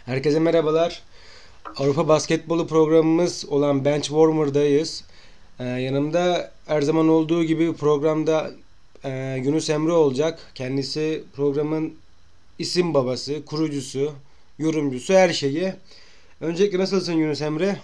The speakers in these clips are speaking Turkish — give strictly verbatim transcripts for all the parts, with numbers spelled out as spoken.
Herkese merhabalar. Avrupa basketbolu programımız olan Benchwarmer'dayız. Ee, yanımda her zaman olduğu gibi programda e, Yunus Emre olacak. Kendisi programın isim babası, kurucusu, yorumcusu, her şeyi. Öncelikle nasılsın Yunus Emre?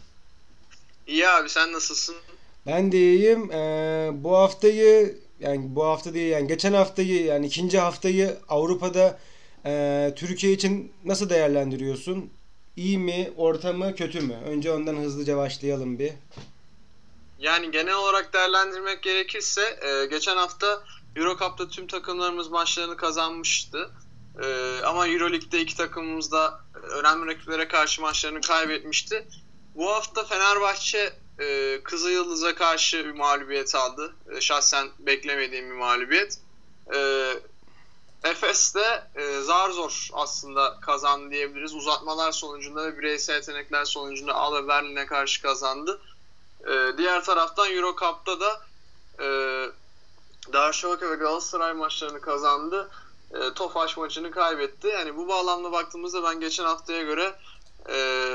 İyi abi, sen nasılsın? Ben de iyiyim. Ee, bu haftayı yani bu hafta değil yani geçen haftayı yani ikinci haftayı Avrupa'da e, Türkiye için nasıl değerlendiriyorsun? İyi mi, orta mı, kötü mü? Önce ondan hızlıca başlayalım bir. Yani genel olarak değerlendirmek gerekirse e, geçen hafta Euro Cup'ta tüm takımlarımız maçlarını kazanmıştı. E, ama Euroleague'de iki takımımız da önemli rakiplere karşı maçlarını kaybetmişti. Bu hafta Fenerbahçe e, Kızılyıldız'a karşı bir mağlubiyet aldı. E, şahsen beklemediğim bir mağlubiyet. E, Efes de e, zar zor aslında kazandı diyebiliriz. Uzatmalar sonucunda ve bireysel yetenekler sonucunda Alba Berlin'e karşı kazandı. E, diğer taraftan Euro Cup'ta da e, Darüşşafaka ve Galatasaray maçlarını kazandı. E, Tofaş maçını kaybetti. Yani bu bağlamda baktığımızda ben geçen haftaya göre e,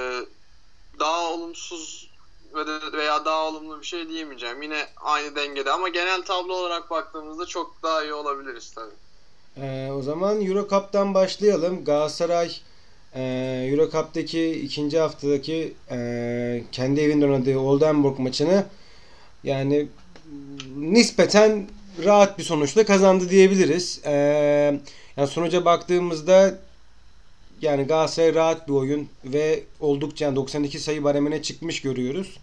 daha olumsuz veya daha olumlu bir şey diyemeyeceğim. Yine aynı dengede ama genel tablo olarak baktığımızda çok daha iyi olabiliriz tabii. Ee, o zaman Euro Cup'tan başlayalım. Galatasaray e, Euro Cup'taki ikinci haftadaki e, kendi evinde oynadığı Oldenburg maçını yani nispeten rahat bir sonuçla kazandı diyebiliriz. Ee, yani sonuca baktığımızda yani Galatasaray rahat bir oyun ve oldukça yani doksan iki sayı baremine çıkmış görüyoruz.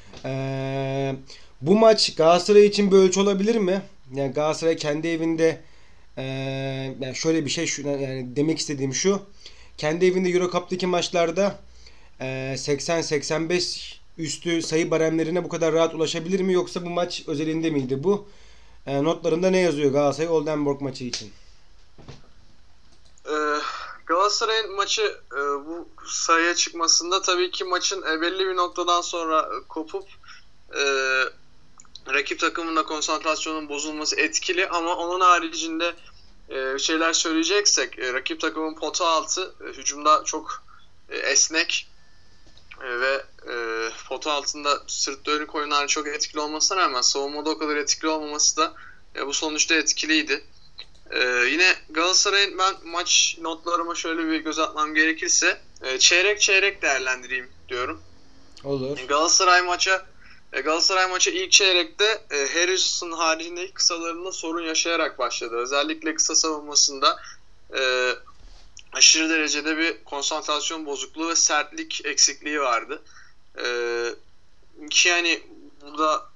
Ee, bu maç Galatasaray için bir ölçü olabilir mi? Yani Galatasaray kendi evinde ee, yani şöyle bir şey şu, yani demek istediğim şu. Kendi evinde Euro Cup'taki maçlarda e, seksen seksen beş üstü sayı baremlerine bu kadar rahat ulaşabilir mi, yoksa bu maç özelinde miydi bu? E, notlarında ne yazıyor Galatasaray Oldenburg maçı için? Ee, Galatasaray'ın maçı e, bu sayıya çıkmasında tabii ki maçın e, belli bir noktadan sonra e, kopup e, rakip takımın da konsantrasyonun bozulması etkili ama onun haricinde e, şeyler söyleyeceksek e, rakip takımın pota altı e, hücumda çok e, esnek e, ve e, pota altında sırt dönük oyunlar çok etkili olmasına rağmen savunmada o kadar etkili olmaması da e, bu sonuçta etkiliydi. Ee, yine Galatasaray'ın ben maç notlarıma şöyle bir göz atmam gerekirse e, çeyrek çeyrek değerlendireyim diyorum. Olur. Galatasaray maça e, Galatasaray maça ilk çeyrekte e, Harrison haricindeki kısalarında sorun yaşayarak başladı. Özellikle kısa savunmasında e, aşırı derecede bir konsantrasyon bozukluğu ve sertlik eksikliği vardı. E, ki yani burada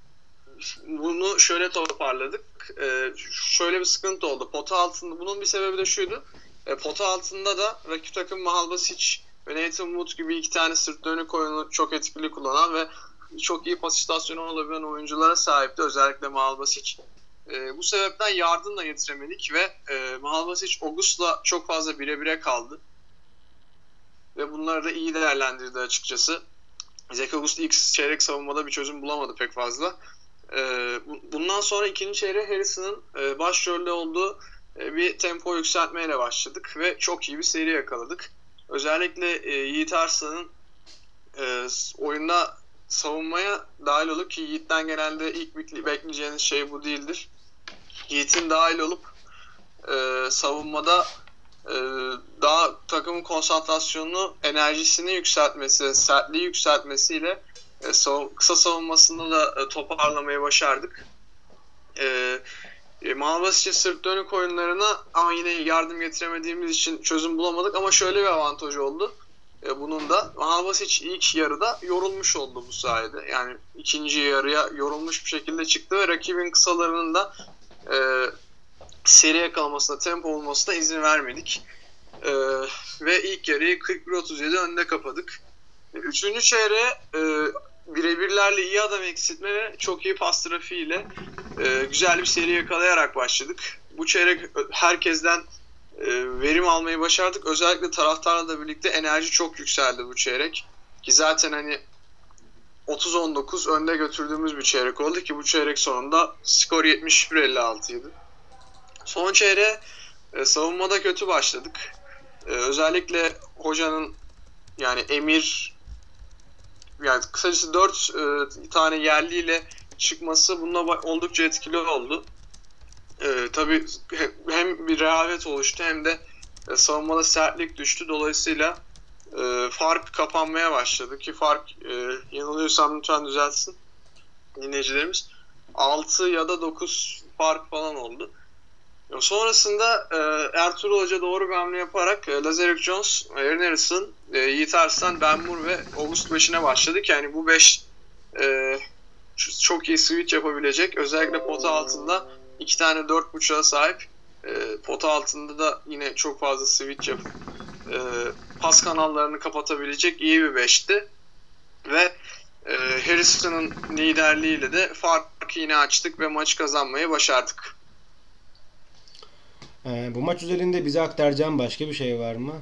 bunu şöyle toparladık. Ee, şöyle bir sıkıntı oldu. Pota altında bunun bir sebebi de şuydu. E, pota altında da rakip takım Mahal Basic ve Nathan Wood gibi iki tane sırt dönük oyunu çok etkili kullanan ve çok iyi pas istasyonu olabilen oyunculara sahipti. Özellikle Mahal Basic. E, bu sebepten yardım da getiremedik ve e, Mahal Basic August'la çok fazla bire bire kaldı. Ve bunları da iyi değerlendirdi açıkçası. Zach August ilk çeyrek savunmada bir çözüm bulamadı pek fazla. Bundan sonra ikinci çeyreğe Harrison'ın başrolde olduğu bir tempo yükseltmeyle başladık ve çok iyi bir seri yakaladık. Özellikle Yiğit Arslan'ın oyunda savunmaya dahil olup, ki Yiğit'ten genelde ilk bekleyeceğiniz şey bu değildir. Yiğit'in dahil olup savunmada daha takımın konsantrasyonunu, enerjisini yükseltmesi, sertliği yükseltmesiyle E, savun, kısa savunmasında da e, toparlamayı başardık. E, e, Malbas için sırt dönük oyunlarına ama yine yardım getiremediğimiz için çözüm bulamadık ama şöyle bir avantajı oldu. E, bunun da Malbas hiç ilk yarıda yorulmuş oldu bu sayede. Yani ikinci yarıya yorulmuş bir şekilde çıktı ve rakibin kısalarının da e, seri yakalamasına, tempo olmasına izin vermedik. E, ve ilk yarıyı kırk bir otuz yedi önde kapadık. Üçüncü çeyreğe e, birebirlerle iyi adam eksiltme ve çok iyi pas trafiğiyle e, güzel bir seri yakalayarak başladık. Bu çeyrek herkesten e, verim almayı başardık. Özellikle taraftarla da birlikte enerji çok yükseldi bu çeyrek. Ki zaten hani otuz on dokuz önde götürdüğümüz bir çeyrek oldu ki bu çeyrek sonunda skor yetmiş bir elli altı idi. Son çeyreğe e, savunmada kötü başladık. e, özellikle hocanın yani emir yani kısacası dört e, tane yerliyle çıkması bununla oldukça etkili oldu. E, tabii hem bir rehavet oluştu hem de e, savunmada sertlik düştü. Dolayısıyla e, fark kapanmaya başladı ki fark e, yanılıyorsam lütfen düzeltsin dinleyicilerimiz. altı ya da dokuz fark falan oldu. Sonrasında e, Ertuğrul Hoca doğru bir hamle yaparak e, Lazarick Jones, Aaron Harrison, e, Yiğit Arslan, Ben Moore ve August beşine başladık. Yani bu beş e, çok iyi switch yapabilecek. Özellikle pota altında iki tane dört buçuğa sahip. E, pota altında da yine çok fazla switch yapıp e, pas kanallarını kapatabilecek iyi bir beşti. Ve e, Harrison'ın liderliğiyle de farkı yine açtık ve maçı kazanmayı başardık. Ee, bu maç üzerinde bize aktaracağım başka bir şey var mı?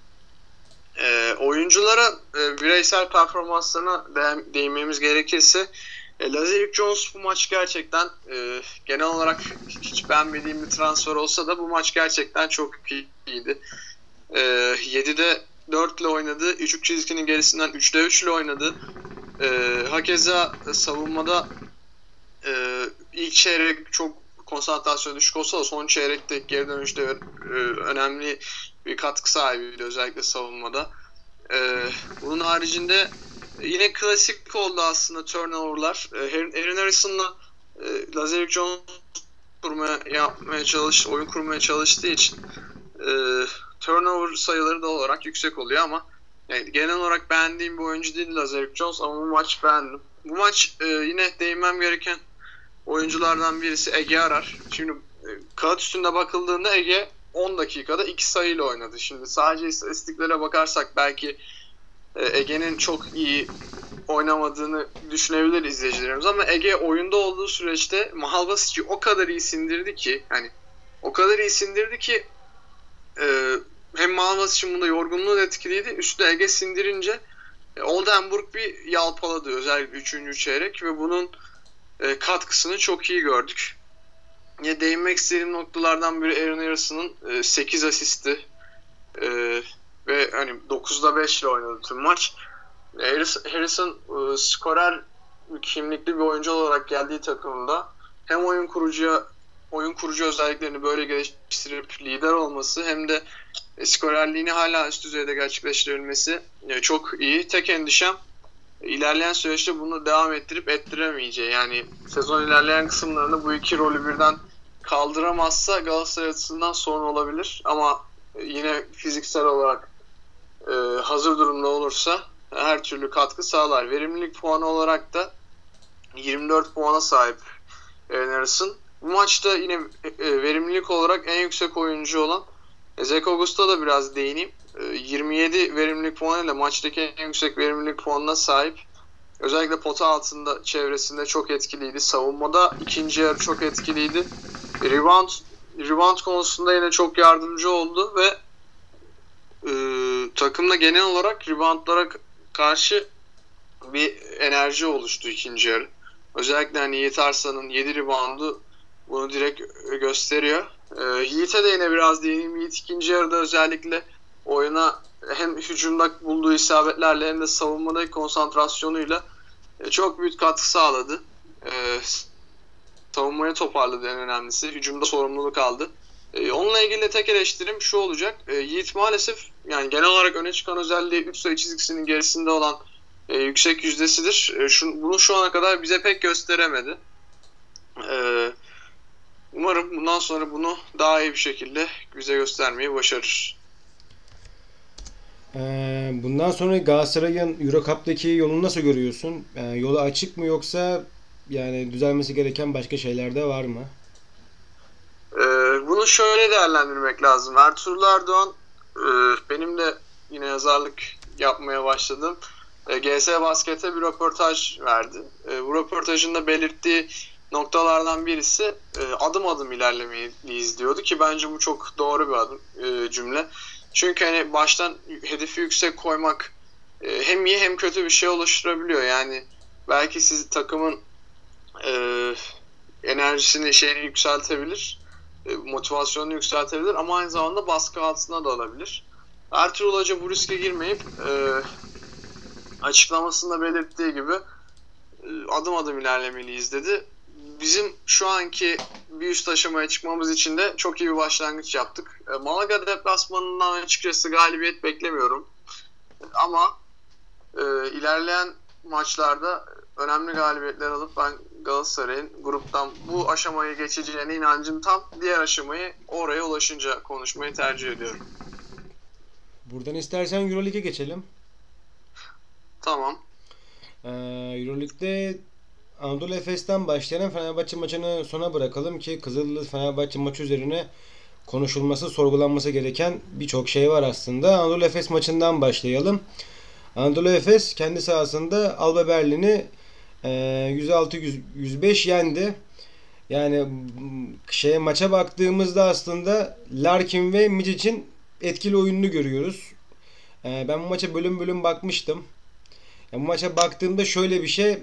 E, oyunculara e, bireysel performanslarına de, değinmemiz gerekirse e, Lazarick Jones bu maç gerçekten e, genel olarak hiç beğenmediğim bir transfer olsa da bu maç gerçekten çok iyiydi. E, yedide dört ile oynadı. Üçlük çizginin gerisinden üçte üç ile oynadı. E, hakeza savunmada e, ilk çeyrek çok konsantrasyon düşük olsa da son çeyrekte geri dönüşte e, önemli bir katkı sahibiydi özellikle savunmada. E, bunun haricinde yine klasik oldu aslında turnover'lar. E, Aaron Harrison'la e, Lazarick Jones kurmaya yapmaya çalış, oyun kurmaya çalıştığı için e, turnover sayıları da olarak yüksek oluyor ama yani genel olarak beğendiğim bir oyuncu değil Lazarick Jones ama bu maç beğendim. Bu maç e, yine değinmem gereken oyunculardan birisi Ege Arar. Şimdi e, kağıt üstünde bakıldığında Ege on dakikada iki sayıyla oynadı. Şimdi sadece istatistiklere bakarsak belki e, Ege'nin çok iyi oynamadığını düşünebilir izleyicilerimiz ama Ege oyunda olduğu süreçte Mahalbasic'i o kadar iyi sindirdi ki hani o kadar iyi sindirdi ki e, hem Mahalbasic'in bunda yorgunluğu da etkiliydi. Üstüne Ege sindirince e, Oldenburg bir yalpaladı özellikle üçüncü çeyrek ve bunun e, katkısını çok iyi gördük. Yine değinmek istediğim noktalardan biri Aaron Harrison'ın e, sekiz asisti e, ve hani dokuzda beş ile oynadı tüm maç. Harrison e, skorer kimlikli bir oyuncu olarak geldiği takımda hem oyun kurucuya oyun kurucu özelliklerini böyle geliştirip lider olması hem de e, skorerliğini hala üst düzeyde gerçekleştirebilmesi e, çok iyi. Tek endişem ilerleyen süreçte bunu devam ettirip ettiremeyeceği. Yani sezon ilerleyen kısımlarında bu iki rolü birden kaldıramazsa Galatasaray açısından sorun olabilir. Ama yine fiziksel olarak e, hazır durumda olursa her türlü katkı sağlar. Verimlilik puanı olarak da yirmi dört puana sahip Aaron Harrison. Bu maçta yine e, verimlilik olarak en yüksek oyuncu olan Zach August'a da biraz değineyim. yirmi yedi verimlilik puanıyla maçtaki en yüksek verimlilik puanına sahip. Özellikle pota altında çevresinde çok etkiliydi. Savunmada ikinci yarı çok etkiliydi. Rebound, rebound konusunda yine çok yardımcı oldu ve e, takımda genel olarak reboundlara karşı bir enerji oluştu ikinci yarı. Özellikle hani Yiğit Arslan'ın yedi reboundu bunu direkt gösteriyor. E, Yiğit'e de yine biraz değineyim. Yiğit ikinci yarıda özellikle oyuna hem hücumda bulduğu isabetlerle hem de savunmadaki konsantrasyonuyla çok büyük katkı sağladı. Ee, savunmayı toparladı en önemlisi. Hücumda sorumluluk aldı. Ee, onunla ilgili tek eleştirim şu olacak. Ee, Yiğit maalesef yani genel olarak öne çıkan özelliği üç sayı çizgisinin gerisinde olan e, yüksek yüzdesidir. E, şu, bunu şu ana kadar bize pek gösteremedi. Ee, umarım bundan sonra bunu daha iyi bir şekilde bize göstermeyi başarır. Bundan sonra Galatasaray'ın Euro Cup'taki yolunu nasıl görüyorsun? Yani yolu açık mı yoksa yani düzelmesi gereken başka şeyler de var mı? Ee, bunu şöyle değerlendirmek lazım. Ertuğrul Erdoğan e, benim de yine yazarlık yapmaya başladım. E, G S Basket'e bir röportaj verdi. E, bu röportajında belirttiği noktalardan birisi e, adım adım ilerlemeyi diyordu ki bence bu çok doğru bir adım e, cümle. Çünkü hani baştan hedefi yüksek koymak e, hem iyi hem kötü bir şey oluşturabiliyor. Yani belki siz takımın e, enerjisini şeyini yükseltebilir, e, motivasyonunu yükseltebilir ama aynı zamanda baskı altına da alabilir. Ertuğrul Hoca bu riske girmeyip e, açıklamasında belirttiği gibi e, adım adım ilerlemeliyiz dedi. Bizim şu anki bir üst aşamaya çıkmamız için de çok iyi bir başlangıç yaptık. E, Malaga deplasmanından açıkçası galibiyet beklemiyorum. Ama e, ilerleyen maçlarda önemli galibiyetler alıp ben Galatasaray'ın gruptan bu aşamayı geçeceğine inancım tam. Diğer aşamayı oraya ulaşınca konuşmayı tercih ediyorum. Buradan istersen Euroleague'e geçelim. Tamam. Ee, Euroleague'de Anadolu Efes'ten başlayan Fenerbahçe maçını sona bırakalım ki Kızıldız Fenerbahçe maçı üzerine konuşulması, sorgulanması gereken birçok şey var aslında. Anadolu Efes maçından başlayalım. Anadolu Efes kendi sahasında Alba Berlin'i yüz altı yüz beş yendi. Yani şeye maça baktığımızda aslında Larkin ve Micic'in etkili oyununu görüyoruz. Ben bu maça bölüm bölüm bakmıştım. Bu maça baktığımda şöyle bir şey,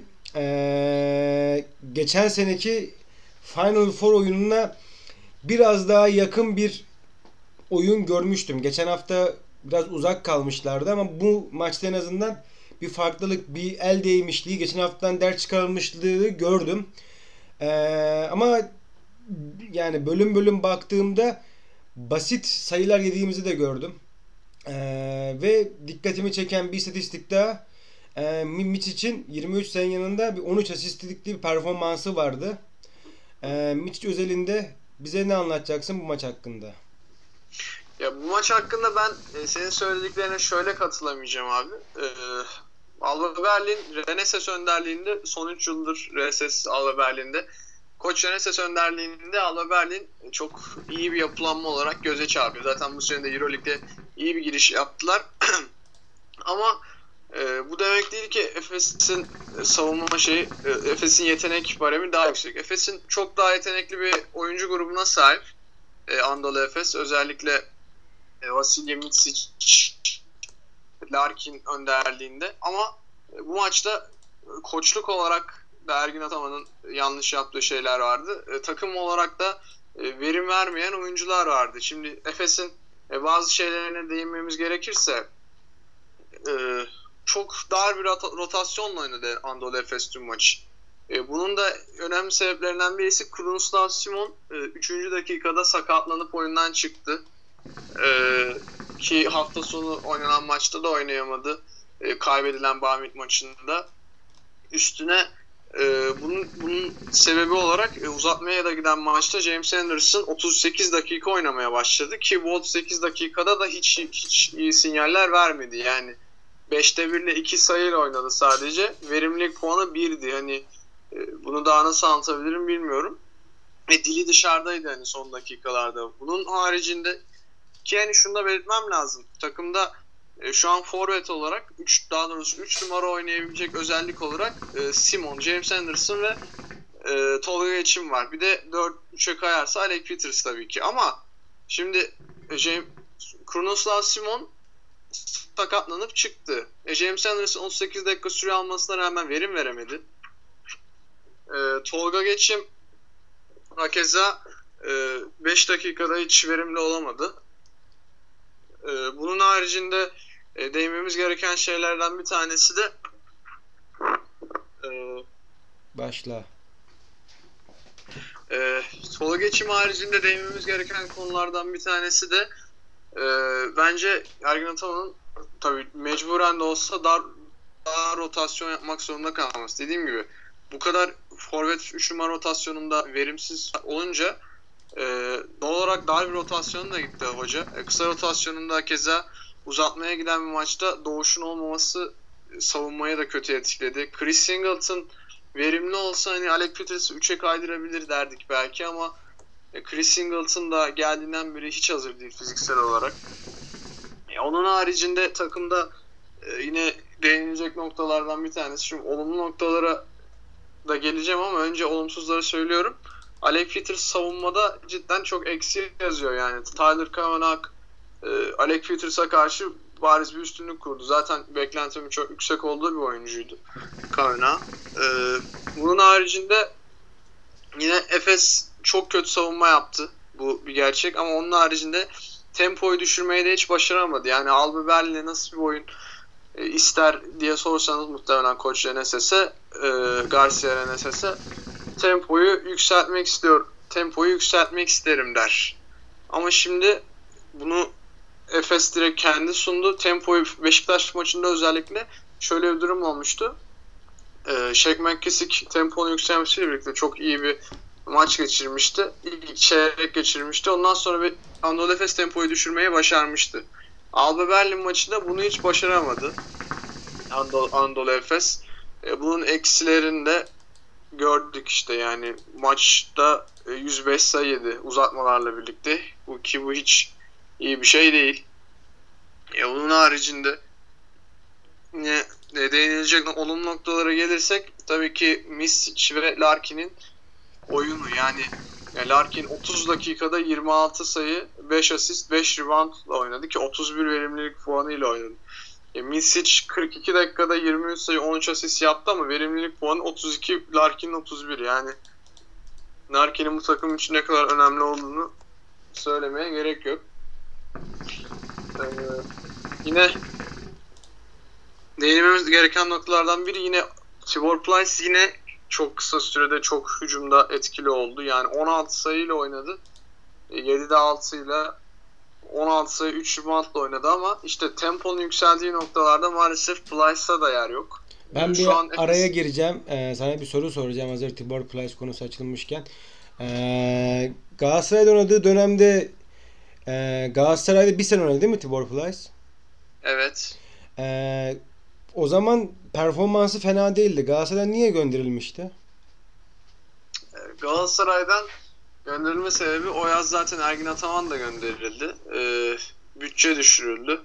ee, geçen seneki Final Four oyununa biraz daha yakın bir oyun görmüştüm. Geçen hafta biraz uzak kalmışlardı ama bu maçta en azından bir farklılık, bir el değmişliği, geçen haftadan ders çıkarılmışlığı gördüm. Ee, ama yani bölüm bölüm baktığımda basit sayılar yediğimizi de gördüm. Ee, ve dikkatimi çeken bir istatistik daha, e, Micic'in yirmi üç sayının yanında bir on üç asistlik bir performansı vardı. Ee, Micic özelinde bize ne anlatacaksın bu maç hakkında? Ya bu maç hakkında ben e, senin söylediklerine şöyle katılamayacağım abi. E, Alba Berlin Reneses önderliğinde son üç yıldır Reneses Alba Berlin'de. Koç Reneses önderliğinde Alba Berlin çok iyi bir yapılanma olarak göze çarpıyor. Zaten bu sene de Euroleague'de iyi bir giriş yaptılar. Ama e, bu demek değil ki Efes'in savunma şeyi, e, Efes'in yetenek baremi daha yüksek. Efes'in çok daha yetenekli bir oyuncu grubuna sahip. E, Anadolu Efes özellikle e, Vasilya Micic, Larkin önderliğinde. Ama e, bu maçta e, koçluk olarak da Ergin Ataman'ın yanlış yaptığı şeyler vardı. E, takım olarak da e, verim vermeyen oyuncular vardı. Şimdi Efes'in e, bazı şeylerine değinmemiz gerekirse e, çok dar bir rota- rotasyonla oynadı Anadolu Efes tüm maçı. E, bunun da önemli sebeplerinden birisi Krunoslav Simon e, üçüncü dakikada sakatlanıp oyundan çıktı. E, ki hafta sonu oynanan maçta da oynayamadı. E, kaybedilen Bamit maçında. Üstüne e, bunun, bunun sebebi olarak e, uzatmaya da giden maçta James Anderson otuz sekiz dakika oynamaya başladı ki bu otuz sekiz dakikada da hiç hiç iyi sinyaller vermedi. Yani beşte bir ile iki sayıyla oynadı sadece. Verimlilik puanı birdi. Hani e, bunu daha nasıl anlatabilirim bilmiyorum. Ve dili dışarıdaydı hani son dakikalarda. Bunun haricinde ki yani şunu da belirtmem lazım. Takımda e, şu an forvet olarak üç daha doğrusu üç numara oynayabilecek özellik olarak e, Simon, James Anderson ve e, Tolga Geçim var. Bir de dört üçe kayarsa Alec Peters tabii ki. Ama şimdi e, James, Krunoslav Simon sakatlanıp çıktı. E, James Anderson otuz sekiz dakika süre almasına rağmen verim veremedi. E, Tolga Geçim hakeza e, beş dakikada hiç verimli olamadı. E, bunun haricinde e, değinmemiz gereken şeylerden bir tanesi de e, Başla. E, Tolga Geçim haricinde değinmemiz gereken konulardan bir tanesi de e, bence Ergin Ataman'ın tabii mecburen de olsa dar, dar rotasyon yapmak zorunda kalması. Dediğim gibi bu kadar forvet üç numara rotasyonunda verimsiz olunca e, doğal olarak dar bir rotasyonuna gitti hoca. E, kısa rotasyonunda keza uzatmaya giden bir maçta Doğuş'un olmaması e, savunmaya da kötü etkiledi. Chris Singleton verimli olsa hani Alec Peters'ı üçe kaydırabilir derdik belki ama e, Chris Singleton da geldiğinden beri hiç hazır değil fiziksel olarak. E, onun haricinde takımda e, yine değinilecek noktalardan bir tanesi. Şimdi olumlu noktalara da geleceğim ama önce olumsuzları söylüyorum. Alec Peters savunmada cidden çok eksi yazıyor yani. Tyler Kavanagh e, Alec Peters'a karşı bariz bir üstünlük kurdu. Zaten beklentimin çok yüksek olduğu bir oyuncuydu Kavanagh. E, bunun haricinde yine Efes çok kötü savunma yaptı. Bu bir gerçek ama onun haricinde tempoyu düşürmeyi de hiç başaramadı. Yani Alba Berlin'e nasıl bir oyun e, ister diye sorsanız muhtemelen koç Reneses'e, e, Garcia Reneses'e tempoyu yükseltmek istiyor. Tempoyu yükseltmek isterim der. Ama şimdi bunu Efes direkt kendi sundu. Tempoyu Beşiktaş maçında özellikle şöyle bir durum olmuştu. Ee, Shaq McKissick temponun yükselmesiyle birlikte çok iyi bir maç geçirmişti. İlk çeyrek geçirmişti. Ondan sonra bir Anadolu Efes tempoyu düşürmeyi başarmıştı. Alba Berlin maçında bunu hiç başaramadı. Anadolu, Anadolu Efes. Ee, bunun eksilerini de gördük işte, yani maçta yüz beş sayı yedi uzatmalarla birlikte. Bu ki bu hiç iyi bir şey değil. Ya bunun haricinde yine değinilecek olumlu noktalara gelirsek tabii ki Misic ve Larkin'in oyunu, yani, yani Larkin otuz dakikada yirmi altı sayı, beş asist, beş reboundla oynadı ki otuz bir verimlilik puanıyla oynadı. E, Misic kırk iki dakikada yirmi üç sayı, on üç asist yaptı ama verimlilik puanı otuz iki, Larkin'in otuz bir. Yani Larkin'in bu takım için ne kadar önemli olduğunu söylemeye gerek yok. Ee, yine değinmemiz gereken noktalardan biri yine Tibor Plyce yine çok kısa sürede çok hücumda etkili oldu. Yani on altı sayıyla oynadı. yedide altı ile on altı sayı üç reboundla oynadı ama işte temponun yükseldiği noktalarda maalesef Plyce'a da yer yok. Ben Şu bir an araya Efes... gireceğim. Ee, sana bir soru soracağım hazır Tibor Plyce konusu açılmışken. Ee, Galatasaray'da oynadığı dönemde e, Galatasaray'da bir sene oynadı değil mi Tibor Plyce? Evet. Ee, o zaman performansı fena değildi. Galatasaray'dan niye gönderilmişti? Galatasaray'dan gönderilme sebebi o yaz zaten Ergin Ataman da gönderildi. Ee, bütçe düşürüldü.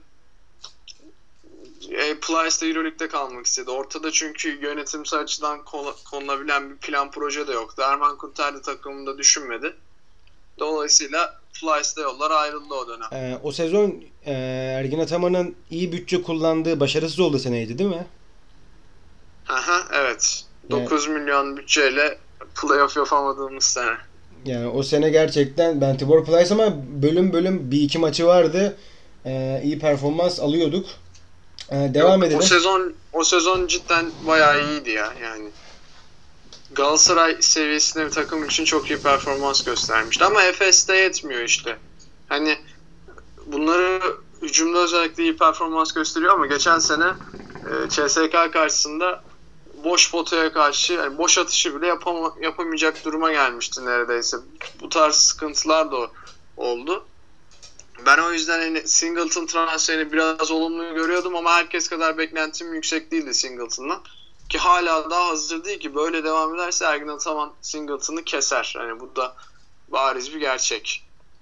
E, Plyce de Euroleague'de kalmak istedi. Ortada çünkü yönetimsel açıdan konulabilen bir plan proje de yoktu. Erman Kunter de takımında düşünmedi. Dolayısıyla Plyce'de yollar ayrıldı o dönem. Ee, o sezon e, Ergin Ataman'ın iyi bütçe kullandığı başarısız olduğu seneydi değil mi? Aha, evet. dokuz yani, milyon bütçeyle playoff yapamadığımız sene. Yani o sene gerçekten ben Tibor Plyce ama bölüm bölüm bir iki maçı vardı. Ee, iyi performans alıyorduk. Ee, devam Yok, edelim. O sezon o sezon cidden bayağı iyiydi ya yani. Galatasaray seviyesinde bir takım için çok iyi performans göstermişti ama Efes'te yetmiyor işte. Hani bunları hücumda özellikle iyi performans gösteriyor ama geçen sene e, C S K karşısında boş potaya karşı, yani boş atışı bile yapama, yapamayacak duruma gelmişti neredeyse. Bu tarz sıkıntılar da oldu. Ben o yüzden hani Singleton transferini biraz olumlu görüyordum ama herkes kadar beklentim yüksek değildi Singleton'dan. Ki hala daha hazır değil ki, böyle devam ederse Ergin Ataman Singleton'ı keser. Hani bu da bariz bir gerçek.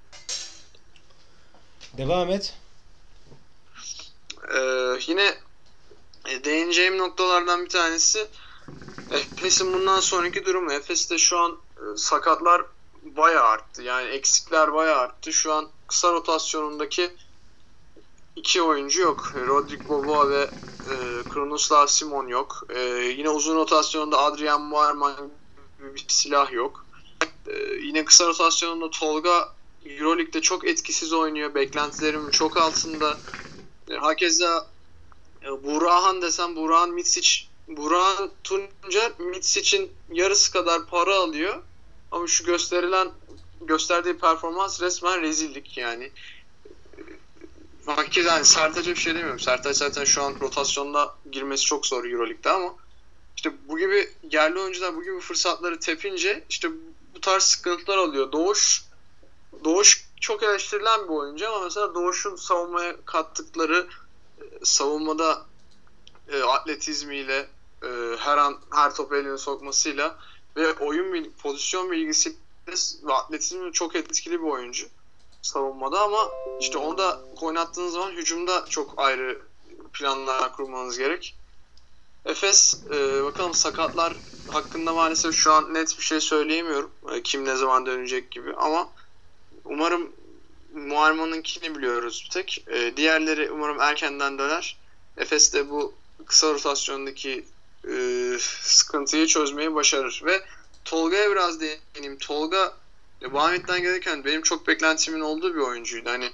Devam et. Ee, yine değineceğim noktalardan bir tanesi Efes'in bundan sonraki durumu. Efes'te şu an e, sakatlar bayağı arttı. Yani eksikler bayağı arttı. Şu an kısa rotasyonundaki iki oyuncu yok. Rodrik Boboa ve e, Krunoslav Simon yok. E, yine uzun rotasyonunda Adrian Muarman gibi bir silah yok. E, yine kısa rotasyonunda Tolga Euroleague'de çok etkisiz oynuyor. Beklentilerimin çok altında. E, hakeza e, Burhan desem Burhan Mitsic Burhan Tuncer Mitsic'in yarısı kadar para alıyor. Ama şu gösterilen gösterdiği performans resmen rezillik yani. Hakikaten yani Sertaç'a bir şey demiyorum. Sertaç zaten şu an rotasyonda girmesi çok zor Euroleague'de ama işte bu gibi yerli oyuncular bu gibi fırsatları tepince işte bu tarz sıkıntılar oluyor. Doğuş Doğuş çok eleştirilen bir oyuncu ama mesela Doğuş'un savunmaya kattıkları, savunmada e, atletizmiyle, e, her an her topu eline sokmasıyla ve oyun pozisyon bilgisiyle ve atletizmle çok etkili bir oyuncu savunmada ama işte onu da oynattığınız zaman hücumda çok ayrı planlar kurmanız gerek. Efes e, bakalım sakatlar hakkında maalesef şu an net bir şey söyleyemiyorum. E, kim ne zaman dönecek gibi ama umarım Muharman'ınkini biliyoruz bir tek. E, diğerleri umarım erkenden döner. Efes de bu kısa rotasyondaki e, sıkıntıyı çözmeyi başarır ve Tolga'ya biraz değineyim. Tolga Bahamit'ten gelirken benim çok beklentimin olduğu bir oyuncuydu. Hani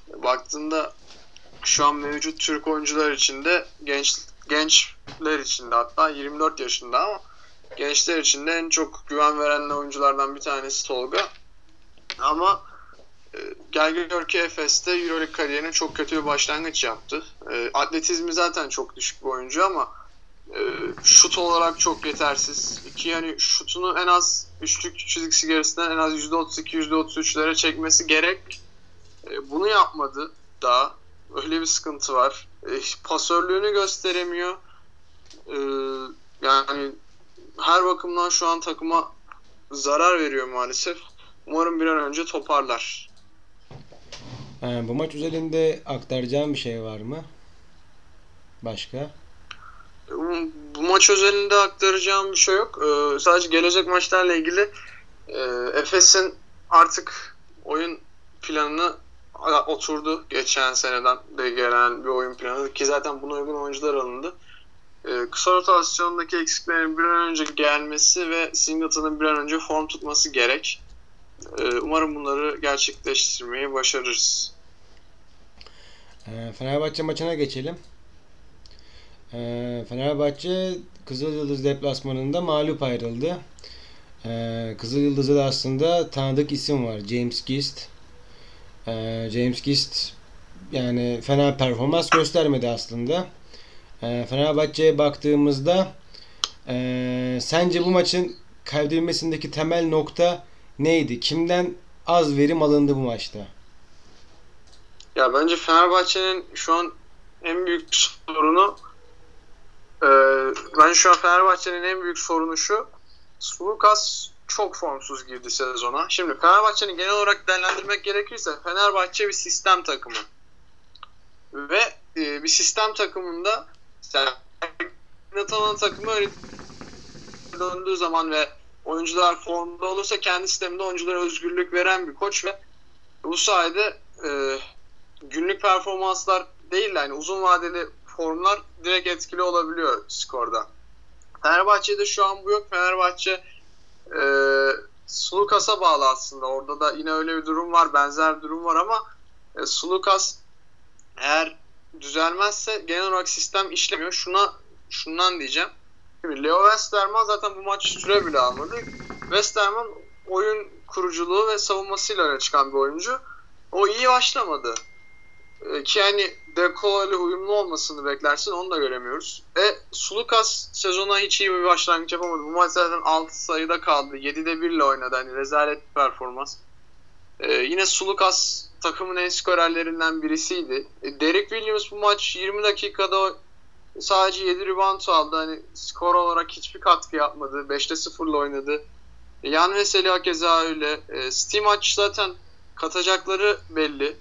Baktığında şu an mevcut Türk oyuncular içinde genç gençler içinde hatta yirmi dört yaşında ama gençler içinde en çok güven veren oyunculardan bir tanesi Tolga. Ama e, gel gör ki Efes'te Euroleague kariyerine çok kötü bir başlangıç yaptı. E, atletizmi zaten çok düşük bir oyuncu ama e, şut olarak çok yetersiz. İki yani şutunu en az üçlük çizgisi gerisinden en az yüzde otuz iki yüzde otuz üçlere çekmesi gerek. E, bunu yapmadı daha. Öyle bir sıkıntı var. E, pasörlüğünü gösteremiyor. E, yani her bakımdan şu an takıma zarar veriyor maalesef. Umarım bir an önce toparlar. Ee, bu maç özelinde aktaracağım bir şey var mı? Başka? Bu maç özelinde aktaracağım bir şey yok. Ee, sadece gelecek maçlarla ilgili e, Efes'in artık oyun planını oturdu. Geçen seneden de gelen bir oyun planı ki zaten buna uygun oyuncular alındı. Ee, kısa rotasyondaki eksiklerin bir an önce gelmesi ve Singleton'ın bir an önce form tutması gerek. Ee, umarım bunları gerçekleştirmeyi başarırız. Ee, Fenerbahçe maçına geçelim. Ee, Fenerbahçe Kızılyıldız deplasmanında mağlup ayrıldı. Ee, Kızılyıldız'da da aslında tanıdık isim var. James Gist. Ee, James Gist yani fena performans göstermedi aslında. Ee, Fenerbahçe'ye baktığımızda ee, sence bu maçın kaybedilmesindeki temel nokta neydi? Kimden az verim alındı bu maçta? Ya bence Fenerbahçe'nin şu an en büyük sorunu e, ben şu an Fenerbahçe'nin en büyük sorunu şu. Sulukas çok formsuz girdi sezona. Şimdi Fenerbahçe'nin genel olarak değerlendirmek gerekirse Fenerbahçe bir sistem takımı. Ve e, bir sistem takımında yani, Natan'ın takımı öyle döndüğü zaman ve oyuncular formda olursa kendi sisteminde oyunculara özgürlük veren bir koç ve bu sayede e, günlük performanslar değil yani uzun vadeli formlar direkt etkili olabiliyor skorda. Fenerbahçe'de şu an bu yok. Fenerbahçe e, Sulukas'a bağlı aslında. Orada da yine öyle bir durum var. Benzer bir durum var ama e, Sulukas eğer düzelmezse genel olarak sistem işlemiyor. Şuna şundan diyeceğim. Şimdi Leo Westerman zaten bu maç süre bile almadı. Westerman oyun kuruculuğu ve savunmasıyla öne çıkan bir oyuncu. O iyi başlamadı. Ee, ki yani De Colo ile uyumlu olmasını beklersin, onu da göremiyoruz. E Sulukas sezona hiç iyi bir başlangıç yapamadı. Bu maç zaten altı sayıda kaldı. yedide bir ile oynadı. Hani rezalet bir performans. Ee, yine Sulukas takımın en skorerlerinden birisiydi. E, Derek Williams bu maç yirmi dakikada sadece yedi rebound aldı. Hani skor olarak hiçbir katkı yapmadı. beşte sıfırla oynadı. E, Yan Veseli hakeza öyle. E, Steam maç zaten katacakları belli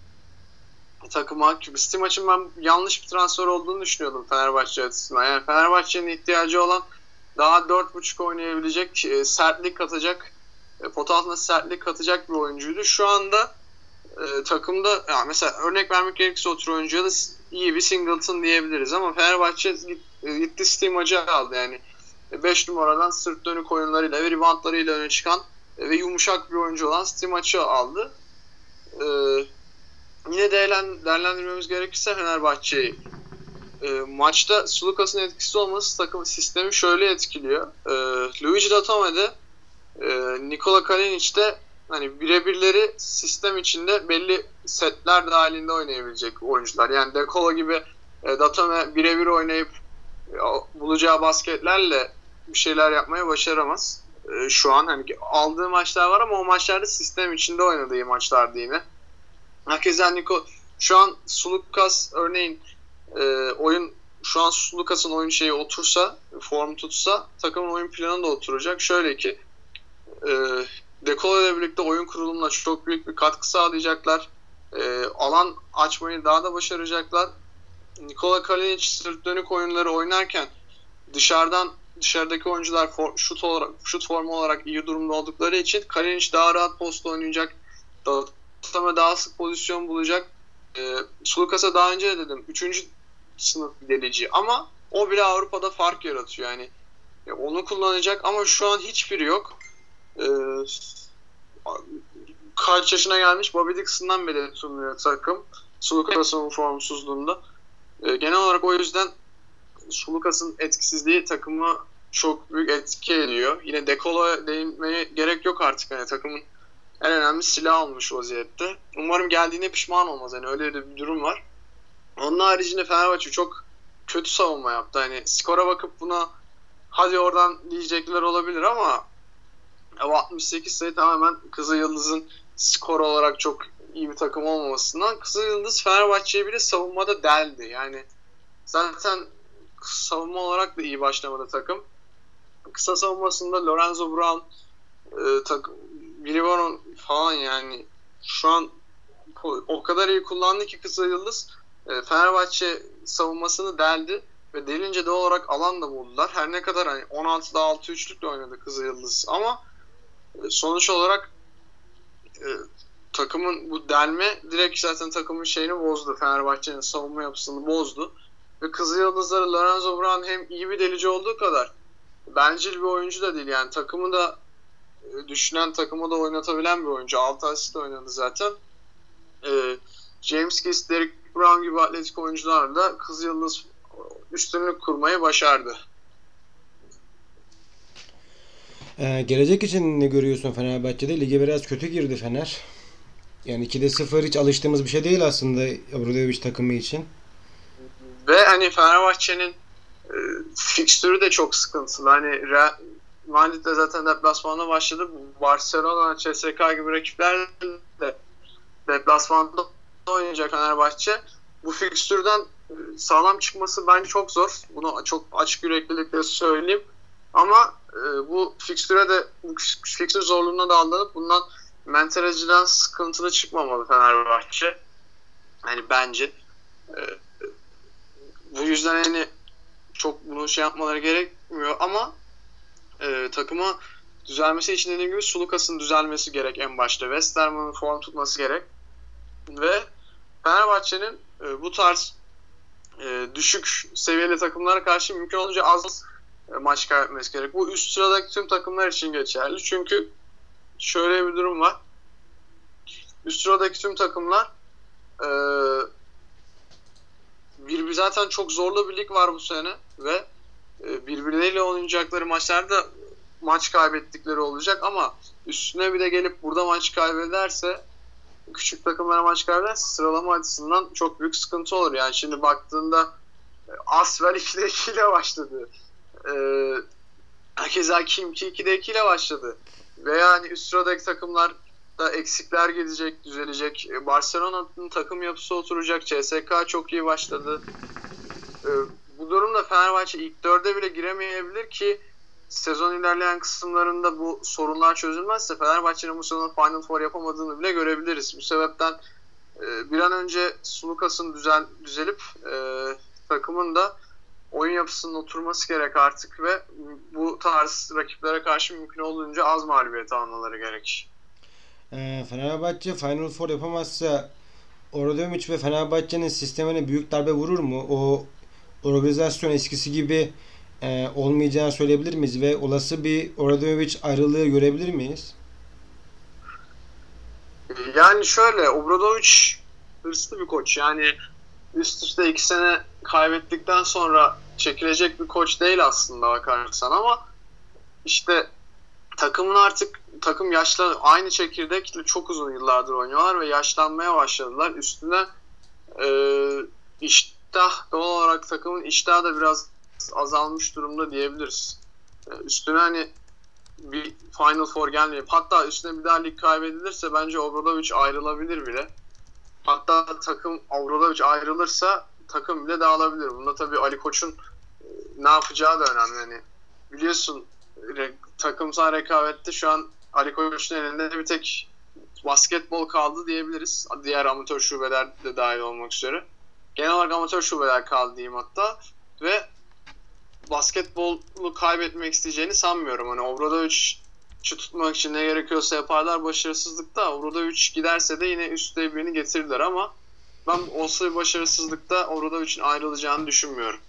takıma. Çünkü Steam maçın ben yanlış bir transfer olduğunu düşünüyordum Fenerbahçe açısından. Yani Fenerbahçe'nin ihtiyacı olan daha dört buçuk oynayabilecek, e, sertlik katacak, e, pot altına sertlik katacak bir oyuncuydu. Şu anda e, takımda yani mesela örnek vermek gerekirse o tür oyuncuya da iyi bir Singleton diyebiliriz ama Fenerbahçe gitti Steam maçı aldı yani. beş numaradan sırt dönük oyunlarıyla ve reboundlarıyla öne çıkan ve yumuşak bir oyuncu olan Steam maçı aldı. Ee, yine değerlendirmemiz gerekirse Fenerbahçe'yi e, maçta Sulukas'ın etkisi olması takım sistemi şöyle etkiliyor. E, Luigi Datome'de e, Nikola Kalinic'te hani birebirleri sistem içinde belli setler dahilinde oynayabilecek oyuncular. Yani De Colo gibi e, Datome birebir oynayıp e, bulacağı basketlerle bir şeyler yapmaya başaramaz. E, şu an hani aldığı maçlar var ama o maçlarda sistem içinde oynadığı maçlardı yine. Hakeza Niko şu an Sulukas örneğin e, oyun şu an Sulukas'ın oyun şeyi otursa, form tutsa takımın oyun planı da oturacak. Şöyle ki e, De Colo ile birlikte oyun kurulumuna çok büyük bir katkı sağlayacaklar. E, alan açmayı daha da başaracaklar. Nikola Kalinic sırt dönük oyunları oynarken dışarıdan dışarıdaki oyuncular for, şut olarak şut formu olarak iyi durumda oldukları için Kalinic daha rahat post oynayacak. Datome daha sık pozisyon bulacak. E, Sulukas'a daha önce de dedim üçüncü sınıf bir delici ama o bile Avrupa'da fark yaratıyor yani. E, onu kullanacak ama şu an hiçbiri yok. E, kaç yaşına gelmiş Bobby Dixon'dan beri tutmuyor takım. Sulukas'ın formsuzluğunda. E, genel olarak o yüzden Sulukas'ın etkisizliği takımı çok büyük etki ediyor. Yine De Colo'ya değinmeye gerek yok artık. Yani takımın en önemli silah olmuş vaziyette. Umarım geldiğine pişman olmaz. Yani öyle de bir durum var. Onun haricinde Fenerbahçe çok kötü savunma yaptı. Hani skora bakıp buna hadi oradan diyecekler olabilir ama altmış sekiz sayı tamamen Kızılyıldız'ın skor olarak çok iyi bir takım olmamasından. Kızılyıldız Fenerbahçe'yi bile savunmada deldi. Yani zaten savunma olarak da iyi başlamadı takım. Kısa savunmasında Lorenzo Brown, e, takım, Billy Baron falan yani şu an o kadar iyi kullandı ki Kızılyıldız e, Fenerbahçe savunmasını deldi ve delince de olarak alan da buldular. Her ne kadar hani on altıda altı üçlükle oynadı Kızılyıldız ama e, sonuç olarak e, takımın bu delme direkt zaten takımın şeyini bozdu. Fenerbahçe'nin savunma yapısını bozdu. Ve Kızılyıldızları Lorenzo Brown hem iyi bir delici olduğu kadar bencil bir oyuncu da değil. Yani takımı da düşünen, takımı da oynatabilen bir oyuncu. altı asist oynadı zaten. Ee, James Kiss, Derrick Brown gibi atletik oyuncularla Kızılyıldız üstünlük kurmayı başardı. Ee, gelecek için ne görüyorsun Fenerbahçe'de? Lige biraz kötü girdi Fener. Yani ikide sıfır hiç alıştığımız bir şey değil aslında Obradović takımı için. Ve hani Fenerbahçe'nin e, fikstürü de çok sıkıntılı. Hani Real Madrid de zaten deplasmanda başladı. Barcelona, C S K A gibi rakipler de deplasmanda oynayacak Fenerbahçe. Bu fikstürden sağlam çıkması bence çok zor. Bunu çok açık yüreklilikle söyleyeyim. Ama e, bu fikstüre de bu fikstür zorluğuna da aldanıp bundan mentalajiden sıkıntılı çıkmamalı Fenerbahçe. Yani bence e, bu yüzden hani çok bunu şey yapmaları gerekmiyor ama e, takıma düzelmesi için dediğim gibi Sulukas'ın düzelmesi gerek en başta. Westerman'ın form tutması gerek. Ve Fenerbahçe'nin e, bu tarz e, düşük seviyeli takımlara karşı mümkün olunca az e, maç kaybetmesi gerek. Bu üst sıradaki tüm takımlar için geçerli. Çünkü şöyle bir durum var. Üst sıradaki tüm takımlar e, bir zaten çok zorlu bir lig var bu sene ve e, birbirleriyle oynayacakları maçlarda maç kaybettikleri olacak ama üstüne bir de gelip burada maç kaybederse, küçük takımlara maç kaybederse sıralama açısından çok büyük sıkıntı olur. Yani şimdi baktığında Asvel ikide iki ile başladı. Ee, Hakeza Kimki ikide iki ile başladı. Ve yani üst sıradaki takımlar da eksikler gelecek, düzelecek. Barcelona'nın takım yapısı oturacak. C S K A çok iyi başladı. Ee, bu durumda Fenerbahçe ilk dörde bile giremeyebilir ki sezon ilerleyen kısımlarında bu sorunlar çözülmezse Fenerbahçe'nin bu sezon Final Four yapamadığını bile görebiliriz. Bu sebepten e, bir an önce Sulukas'ın düzel, düzelip e, takımın da oyun yapısının oturması gerek artık ve bu tarz rakiplere karşı mümkün olduğunca az mağlubiyet almaları gerek. Ee, Fenerbahçe Final Four yapamazsa Obradović ve Fenerbahçe'nin sistemine büyük darbe vurur mu? O organizasyon eskisi gibi e, olmayacağını söyleyebilir miyiz ve olası bir Obradović ayrılığı görebilir miyiz? Yani şöyle, Obradović hırslı bir koç. Yani üst üste iki sene kaybettikten sonra çekilecek bir koç değil aslında bakarsan ama işte takımın artık takım yaşlı aynı çekirdekle çok uzun yıllardır oynuyorlar ve yaşlanmaya başladılar. Üstüne e, iştah doğal olarak takımın iştahı da biraz azalmış durumda diyebiliriz. E, üstüne hani bir Final Four gelmeyip hatta üstüne bir daha lig kaybedilirse bence Obradović ayrılabilir bile. Hatta takım Obradović ayrılırsa takım bile dağılabilir. Bunda tabii Ali Koç'un ne yapacağı da önemli. Yani biliyorsun re, takımsal rekabette şu an Ali Koç'un elinde bir tek basketbol kaldı diyebiliriz. Diğer amatör şubeler de dahil olmak üzere. Genel olarak amatör şubeler kaldı diyeyim hatta. Ve basketbolu kaybetmek isteyeceğini sanmıyorum. Hani Obradović'i tutmak için ne gerekiyorsa yaparlar başarısızlıkta. Obradović giderse de yine üstte birini getirirler ama ben olsa bir başarısızlıkta Obradović'in ayrılacağını düşünmüyorum.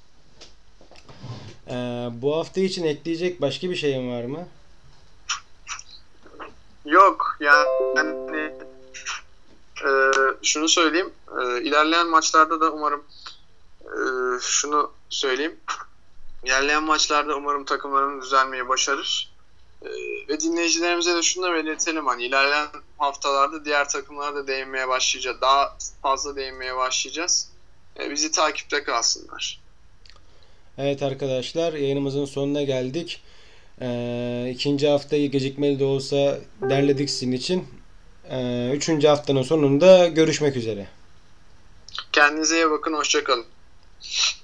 Ee, bu hafta için ekleyecek başka bir şeyin var mı? Yok yani e, şunu söyleyeyim. E, ilerleyen maçlarda da umarım e, şunu söyleyeyim. İlerleyen maçlarda umarım takımlarımız düzelmeyi başarır. E, ve dinleyicilerimize de şunu da belirtelim. Hani ilerleyen haftalarda diğer takımlara da değinmeye başlayacağız. Daha fazla değinmeye başlayacağız. E, bizi takipte kalsınlar. Evet arkadaşlar, yayınımızın sonuna geldik. Ee, ikinci haftayı gecikmeli de olsa derledik sizin için. Ee, üçüncü haftanın sonunda görüşmek üzere. Kendinize iyi bakın. Hoşça kalın.